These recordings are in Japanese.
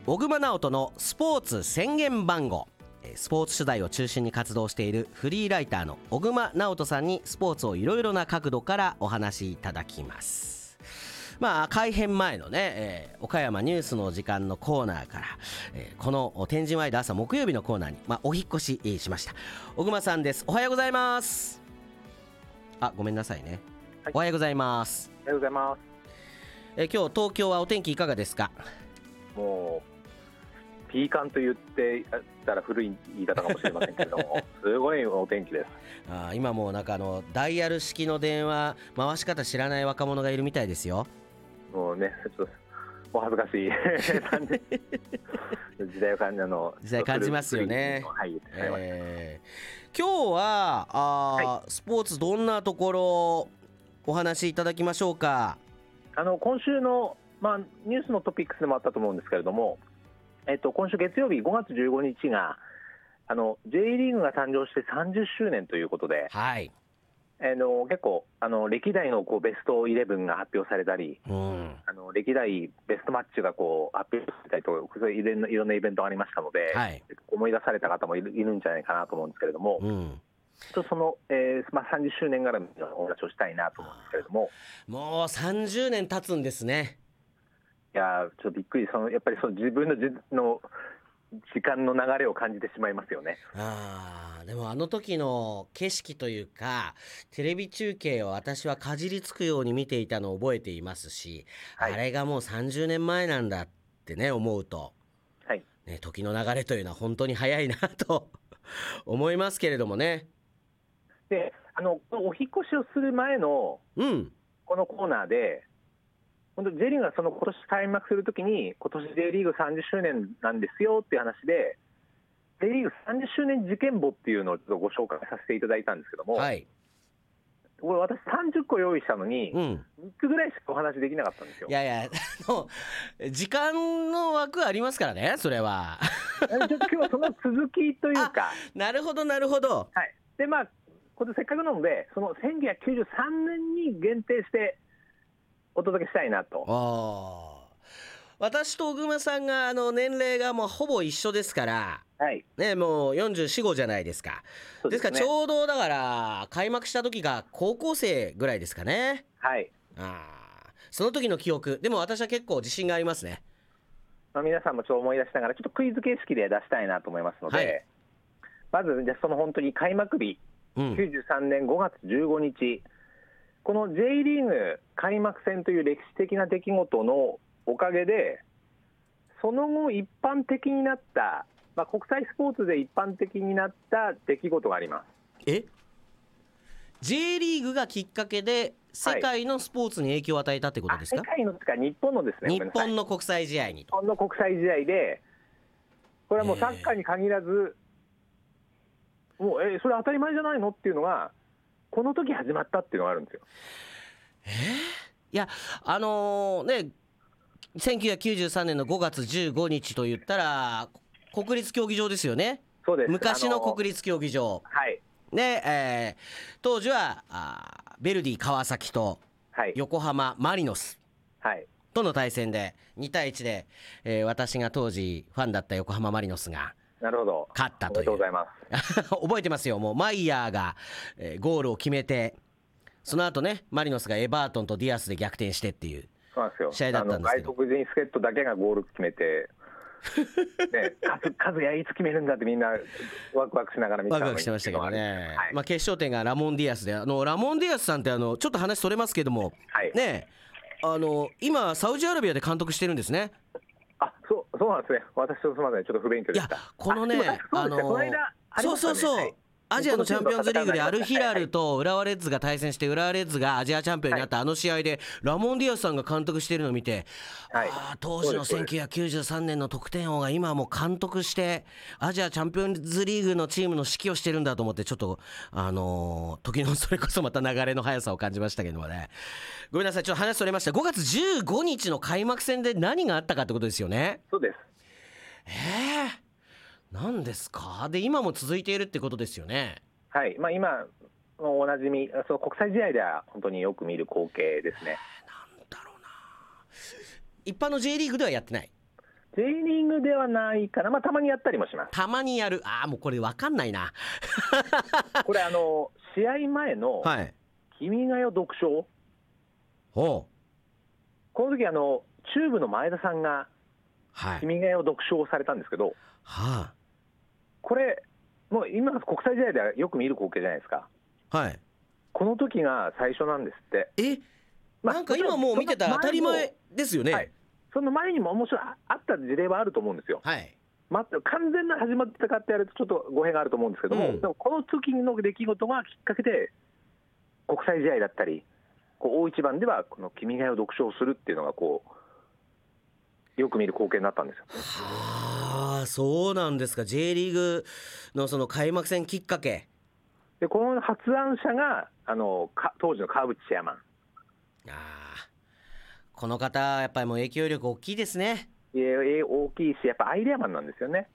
小熊直人のスポーツ宣言番号。スポーツ取材を中心に活動しているフリーライターの小熊直人さんにスポーツをいろいろな角度からお話しいただきます。改編前のね、岡山ニュースの時間のコーナーから、この天神ワイド朝木曜日のコーナーに、お引っ越し、しました小熊さんです。おはようございます。ごめんなさいね、はい、おはようございます。 おはようございます。 今日東京はお天気いかがですか？ もうピーカンと言ってたら古い言い方かもしれませんけれどもすごいお天気です。 今もうなんかダイヤル式の電話回し方知らない若者がいるみたいですよ。 もうね、ちょっとお恥ずかしい時代を感じますよね。 はい、 今日はスポーツどんなところお話しいただきましょうか？ 今週の、ニュースのトピックスでもあったと思うんですけれども、今週月曜日5月15日がJ リーグが誕生して30周年ということで、 はい、 結構歴代のベスト11が発表されたり、歴代ベストマッチが発表されたりといろんなイベントがありましたので、はい、思い出された方もいるんじゃないかなと思うんですけれども、その、30周年からのお話をしたいなと思うんですけれども。 もう30年経つんですね。 いやちょっとびっくり。やっぱり自分の時間の流れを感じてしまいますよね。 でも時の景色というかテレビ中継を私はかじりつくように見ていたのを覚えていますし、はい、あれがもう30年前なんだってね思うと、はいね、時の流れというのは本当に早いなと思いますけれどもね。 でお引越しをする前の、このコーナーで本当 J リーグが今年開幕するときに今年 J リーグ30周年なんですよっていう話で J リーグ30周年事件簿っていうのをちょっとご紹介させていただいたんですけども、はい、これ私30個用意したのに、3つぐらいしかお話できなかったんですよ。 いや時間の枠ありますからね、それは今日はその続きというかなるほどなるほど、 はい、でこれせっかくなのでその1993年に限定してお届けしたいなと。 私と小熊さんが年齢がもうほぼ一緒ですから、はいね、もう44、5じゃないですか。ですからちょうどだから開幕した時が高校生ぐらいですかね。はい。その時の記憶でも私は結構自信がありますね。 皆さんもちょっと思い出しながらちょっとクイズ形式で出したいなと思いますので、はい、まずじゃあその本当に開幕日、93年5月15日この J リーグ開幕戦という歴史的な出来事のおかげでその後一般的になった、国際スポーツで一般的になった出来事があります。 J リーグがきっかけで世界のスポーツに影響を与えたってことですか？ 世界の日本のですね。 日本の国際試合に。 日本の国際試合でこれはもうサッカーに限らずもうそれ当たり前じゃないのっていうのがこの時始まったっていうのがあるんですよ。 いや1993年の5月15日といったら国立競技場ですよね。 そうです。 昔の国立競技場、はいね当時はヴェルディ川崎と横浜マリノスとの対戦で2対1で、私が当時ファンだった横浜マリノスが勝ったという。 おめでとうございます覚えてますよ。もうマイヤーが、ゴールを決めてその後ねマリノスがエバートンとディアスで逆転してっていう試合だったんですけど、 外国人助っ人だけがゴール決めて数やいつ決めるんだってみんなワクワクしながら見てワクワクしてましたけどね、はい決勝点がラモン・ディアスでラモン・ディアスさんってちょっと話それますけども、はいね今サウジアラビアで監督してるんですね。 そうなんですね。私とすみませんちょっと不勉強でした。 いやこのねそうアジアのチャンピオンズリーグでアルヒラルと浦和レッズが対戦して浦和レッズがアジアチャンピオンになった試合でラモン・ディアスさんが監督しているのを見て、当時の1993年の得点王が今はもう監督してアジアチャンピオンズリーグのチームの指揮をしてるんだと思ってちょっと時のそれこそまた流れの速さを感じましたけどもね。ごめんなさいちょっと話それました。5月15日の開幕戦で何があったかってことですよね。 そうです。 何ですか。で今も続いているってことですよね。 はい、今おなじみその国際試合では本当によく見る光景ですね。 なんだろうな、一般の J リーグではやってない。 J リーグではないかな、たまにやったりもします。 たまにやる。もうこれ分かんないな。 これ試合前のはい。 君が代読書、 ほう。 この時チューブの前田さんがはい。 君が代を読書をされたんですけど、 はこれもう今国際試合ではよく見る光景じゃないですか。 はい。 この時が最初なんですって。 なんか今もう見てたら当たり前ですよね。 はい、その前にも面白いあった事例はあると思うんですよ。 はい。 完全な始まってたかってやるとちょっと語弊があると思うんですけども、でもこの時の出来事がきっかけで国際試合だったり大一番ではこの君が代を読書をするっていうのがよく見る光景になったんですよ。 はあ、そうなんですか。 J リーグのその開幕戦きっかけで、この発案者が当時の川淵チェアマン。 この方やっぱりもう影響力大きいですね。 大きいし、やっぱアイデアマンなんですよね。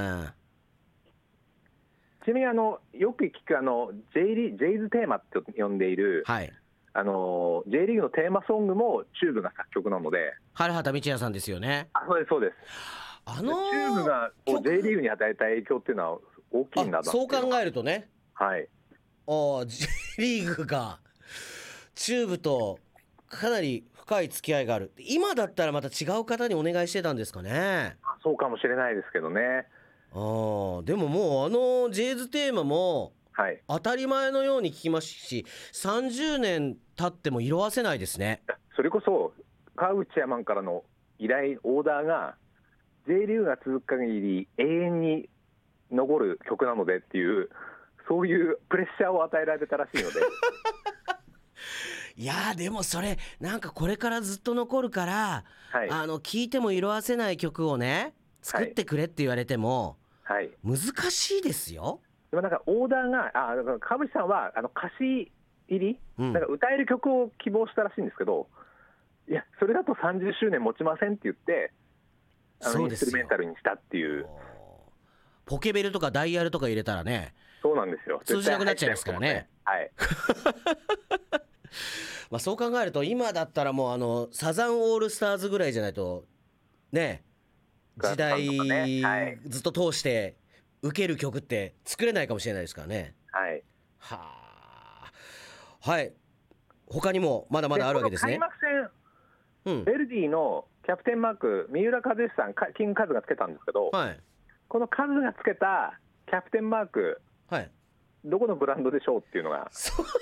ちなみによく聞くJ ズテーマって呼んでいる、 はい、 J リーグのテーマソングもチューブが作曲なので。 原畑道也さんですよね。 そうです、そうです。チューブがJ リーグに与えた影響っていうのは大きいんだなっていう。 そう考えるとね。 はい。 J リーグがチューブとかなり深い付き合いがある。今だったらまた違う方にお願いしてたんですかね。 そうかもしれないですけどね。 でももうジェイズテーマも当たり前のように聞きますし、30年経っても色あせないですね。 それこそ川淵チェアマンからの依頼オーダーが J リーグが続く限り永遠に残る曲なのでっていう、そういうプレッシャーを与えられたらしいのでいやでもそれなんかこれからずっと残るから、 はい、 聴いても色あせない曲をね作ってくれって言われても、 はい、 難しいですよ。 でもなんかオーダーが川淵さんは歌詞入り、なんか歌える曲を希望したらしいんですけど、いやそれだと30周年持ちませんって言ってインストゥルメンタルにしたっていう。 ポケベルとかダイヤルとか入れたらね、 そうなんですよ、 通じなくなっちゃいますからね。 はいそう考えると今だったらもうサザンオールスターズぐらいじゃないとね、時代、ずっと通して受ける曲って作れないかもしれないですからね。はい、他にもまだまだあるわけですね。 開幕戦、ベルディのキャプテンマーク三浦知良さん、キングカズがつけたんですけど、このカズがつけたキャプテンマーク、どこのブランドでしょうっていうのが。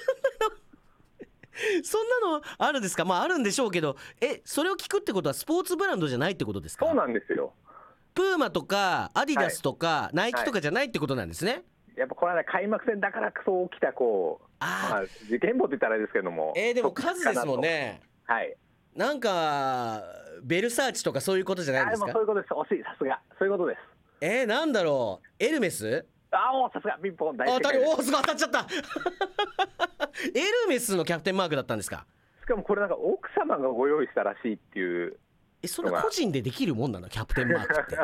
そんなのあるんですか。あるんでしょうけど、それを聞くってことはスポーツブランドじゃないってことですか。 そうなんですよ。 プーマとかアディダスとか、ナイキとかじゃないってことなんですね。 やっぱこれは、開幕戦だからそう起きた事件簿って言ったらあれですけども、 でも数ですもんね。なんかベルサーチとかそういうことじゃないんですか。 そういうことです。惜しい、さすがそういうことです。 なんだろう、エルメス。 さすがピンポン、大正解です。 すごい当たっちゃったエルメスのキャプテンマークだったんですか。 しかもこれなんか奥様がご用意したらしいっていう。 そんな個人でできるもんなの、キャプテンマークって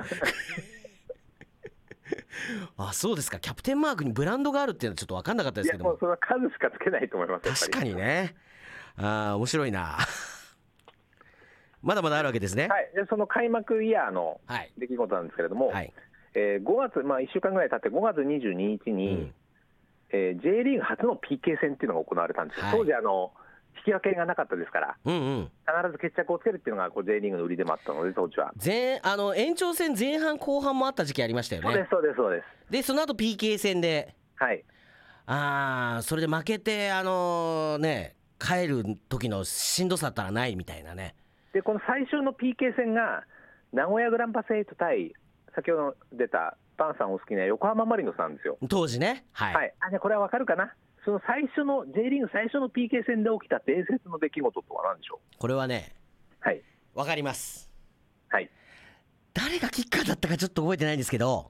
そうですか。キャプテンマークにブランドがあるっていうのはちょっと分かんなかったですけども。 いやもうそれは数しかつけないと思います。 確かにね。面白いなまだまだあるわけですね。 でその開幕イヤーの出来事なんですけれども、5月、1週間ぐらい経って5月22日に、J リーグ初の PK 戦っていうのが行われたんですよ。当時引き分けがなかったですから、必ず決着をつけるっていうのがJ リーグの売りでもあったので、当時は延長戦前半後半もあった時期ありましたよね。 そうですでその後 PK 戦で、それで負けて帰る時のしんどさったらないみたいなね。 でこの最終の PK 戦が名古屋グランパス8対先ほど出たパンさんお好きな横浜マリノスなんですよ、 当時ね。 これは分かるかな。その最初の J リーグ最初の PK 戦で起きた伝説の出来事とは何でしょう。 これはね、分かります。誰がキッカーだったかちょっと覚えてないんですけど、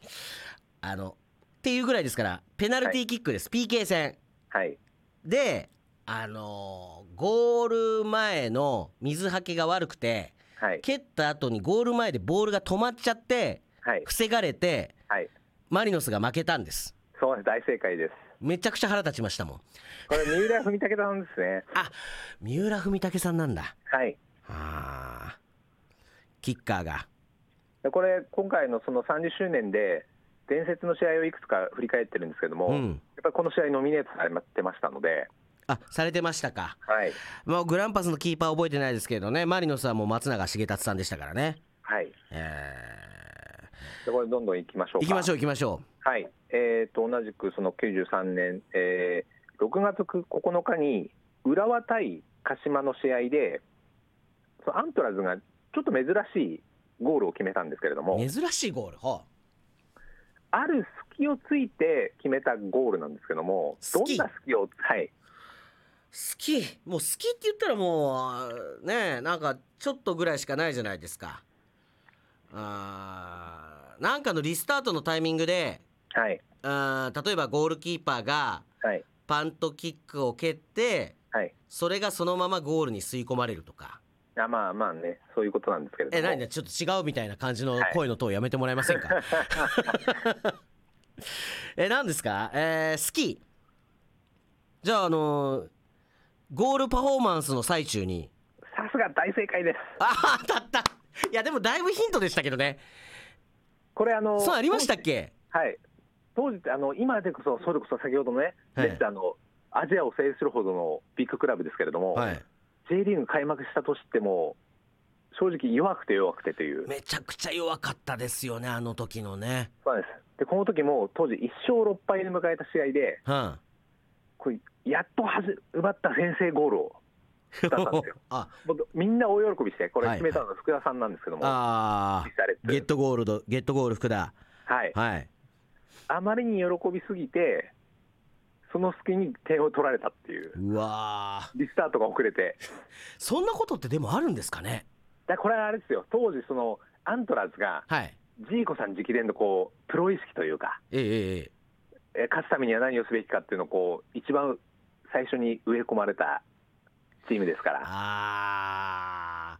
っていうぐらいですから、ペナルティーキックです、PK 戦でゴール前の水はけが悪くて、蹴った後にゴール前でボールが止まっちゃって、防がれて、マリノスが負けたんです。 そうです、大正解です。 めちゃくちゃ腹立ちましたもん。 これ三浦文武さんですね。 三浦文武さんなんだ。キッカーがでこれ今回のその30周年で伝説の試合をいくつか振り返ってるんですけども、やっぱりこの試合ノミネートされてましたので。 されてましたか。 はい。 グランパスのキーパー覚えてないですけどね、マリノスはもう松永重達さんでしたからね。 はい。でこれどんどん行きましょうか。 行きましょう。 はい。同じくその93年、6月9日に浦和対鹿島の試合で、そのアントラーズがちょっと珍しいゴールを決めたんですけれども、 珍しいゴール、 ある隙をついて決めたゴールなんですけども、どんな隙を、はい、 もう隙って言ったらもうね、なんかちょっとぐらいしかないじゃないですか。なんかのリスタートのタイミングで、 はい、 例えばゴールキーパーがパントキックを蹴って、はい、それがそのままゴールに吸い込まれるとか。 まあね、そういうことなんですけれども。 何ちょっと違うみたいな感じの声のトーンやめてもらえませんか。何ですか、スキーじゃあゴールパフォーマンスの最中に。 さすが大正解です。 当たった。いやでもだいぶヒントでしたけどね。 これそうありましたっけ。 はい、当時って今でこそそれこそ先ほどのね、はい、アジアを制するほどのビッグクラブですけれども、はい、J リーグ開幕した年ってもう正直弱くてという、 めちゃくちゃ弱かったですよね、あの時のね。 そうです。でこの時も当時1勝6敗で迎えた試合で、これやっと奪った先制ゴールをだったんですよ。みんな大喜びして、これ決めたのが福田さんなんですけども、 ゲットゴール福田、 はい、はい、あまりに喜びすぎてその隙に点を取られたっていう、リスタートが遅れて。 そんなことってでもあるんですかね。 これはあれですよ、当時そのアントラーズが、ジーコさん直伝のこうプロ意識というか、勝つためには何をすべきかっていうのを一番最初に植え込まれたチームですから。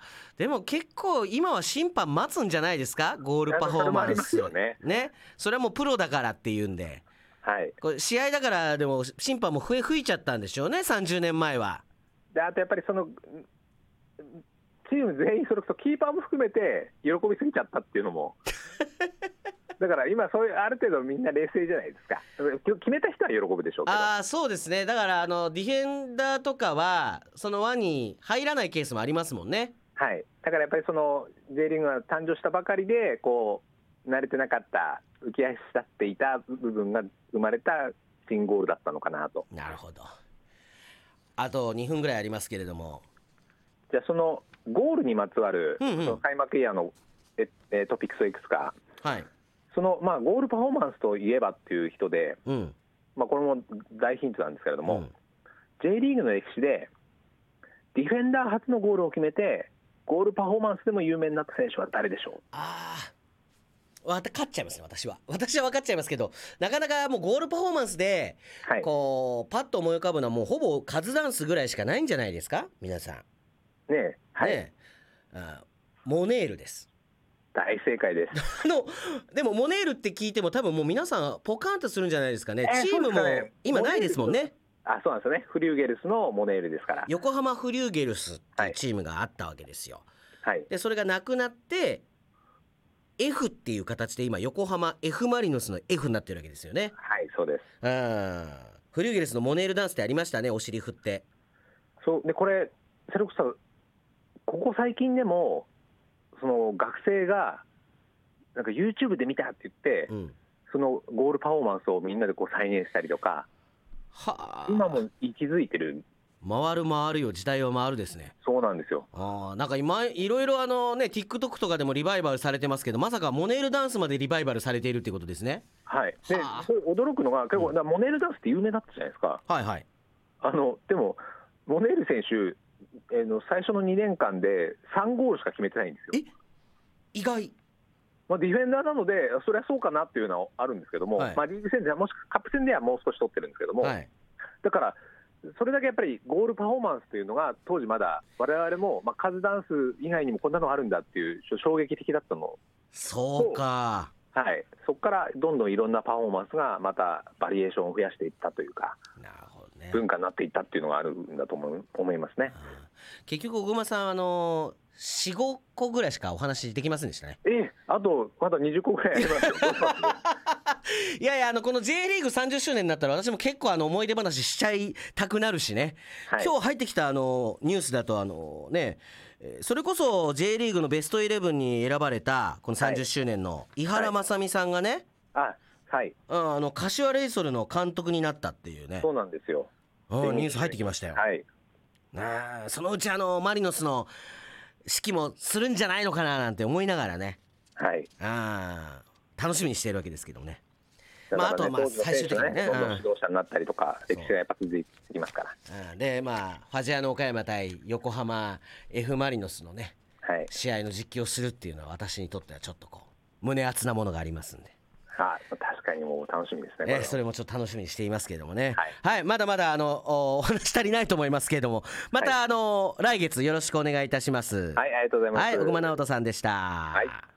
でも結構今は審判待つんじゃないですか、ゴールパフォーマンス。それはもうプロだからっていうんで、これ試合だからでも審判も笛吹いちゃったんでしょうね、30年前は。 であとやっぱりそのチーム全員それこそキーパーも含めて喜びすぎちゃったっていうのもだから今そういうある程度みんな冷静じゃないですか。決めた人は喜ぶでしょうけど。 そうですね。だからディフェンダーとかはその輪に入らないケースもありますもんね。 はい。だからやっぱりその J リーグが誕生したばかりでこう慣れてなかった浮き足立っていた部分が生まれた新ゴールだったのかなと。 なるほど。あと2分ぐらいありますけれども、 じゃあそのゴールにまつわる、その開幕イヤーのトピックスをいくつか、そのゴールパフォーマンスといえばっていう人で、これも大ヒントなんですけれども、J リーグの歴史でディフェンダー初のゴールを決めてゴールパフォーマンスでも有名になった選手は誰でしょう。 分かっちゃいますね。私は分かっちゃいますけど、なかなかもうゴールパフォーマンスで、こうパッと思い浮かぶのはもうほぼカズダンスぐらいしかないんじゃないですか、皆さんね。 モネールです。 大正解です。 でもモネールって聞いても多分もう皆さんポカンとするんじゃないですかね。チームも今ないですもんね。 そうなんですよね。フリューゲルスのモネールですから。 横浜フリューゲルスっていうチームがあったわけですよ。でそれがなくなって F っていう形で今横浜 F マリノスの F になってるわけですよね。 はい、そうです。 フリューゲルスのモネールダンスってありましたね、お尻振って。 そうで、これそれこそここ最近でもその学生がなんか YouTube で見たって言って、そのゴールパフォーマンスをみんなでこう再現したりとか、今も息づいてる。 回るよ時代は回るですね。 そうなんですよ。 なんか今いろいろTikTok とかでもリバイバルされてますけど、まさかモネールダンスまでリバイバルされているっていうことですね。 はい。でそれ驚くのが結構、モネールダンスって有名だったじゃないですか。でもモネール選手最初の2年間で3ゴールしか決めてないんですよ。 意外。 ディフェンダーなのでそれはそうかなっていうのはあるんですけども、リーグ戦ではもしカップ戦ではもう少し取ってるんですけども、だからそれだけやっぱりゴールパフォーマンスというのが当時まだ我々も、カズダンス以外にもこんなのあるんだっていう衝撃的だったの。 そうか。 はい、そこからどんどんいろんなパフォーマンスがまたバリエーションを増やしていったというか、 なるほどね、 文化になっていったっていうのがあるんだと思いますね。 結局小熊さん4、5個ぐらいしかお話できませんでしたね。 あとまだ20個ぐらいありますよ。どうしますいやいや、この J リーグ30周年になったら私も結構思い出話しちゃいたくなるしね、はい、今日入ってきたニュースだとそれこそ J リーグのベストイレブンに選ばれたこの30周年の井原正美さんがね、 はい、 柏レイソルの監督になったっていうね。 そうなんですよ。 ニュース入ってきましたよ。 はい、 そのうちマリノスの指揮もするんじゃないのかななんて思いながらね、 はい、 楽しみにしているわけですけどね。 あとは最終的にね、 どんどん指導者になったりとか、歴史がやっぱ続いていきますから。 でファジアーノ岡山対横浜 F マリノスのね、 はい、 試合の実況をするっていうのは私にとってはちょっと胸熱なものがありますんで。 確かにもう楽しみですね。 それもちょっと楽しみにしていますけれどもね。はい、まだまだお話足りないと思いますけれども、また来月よろしくお願いいたします。 はい、ありがとうございます。 はい、小熊直人さんでした。 はい。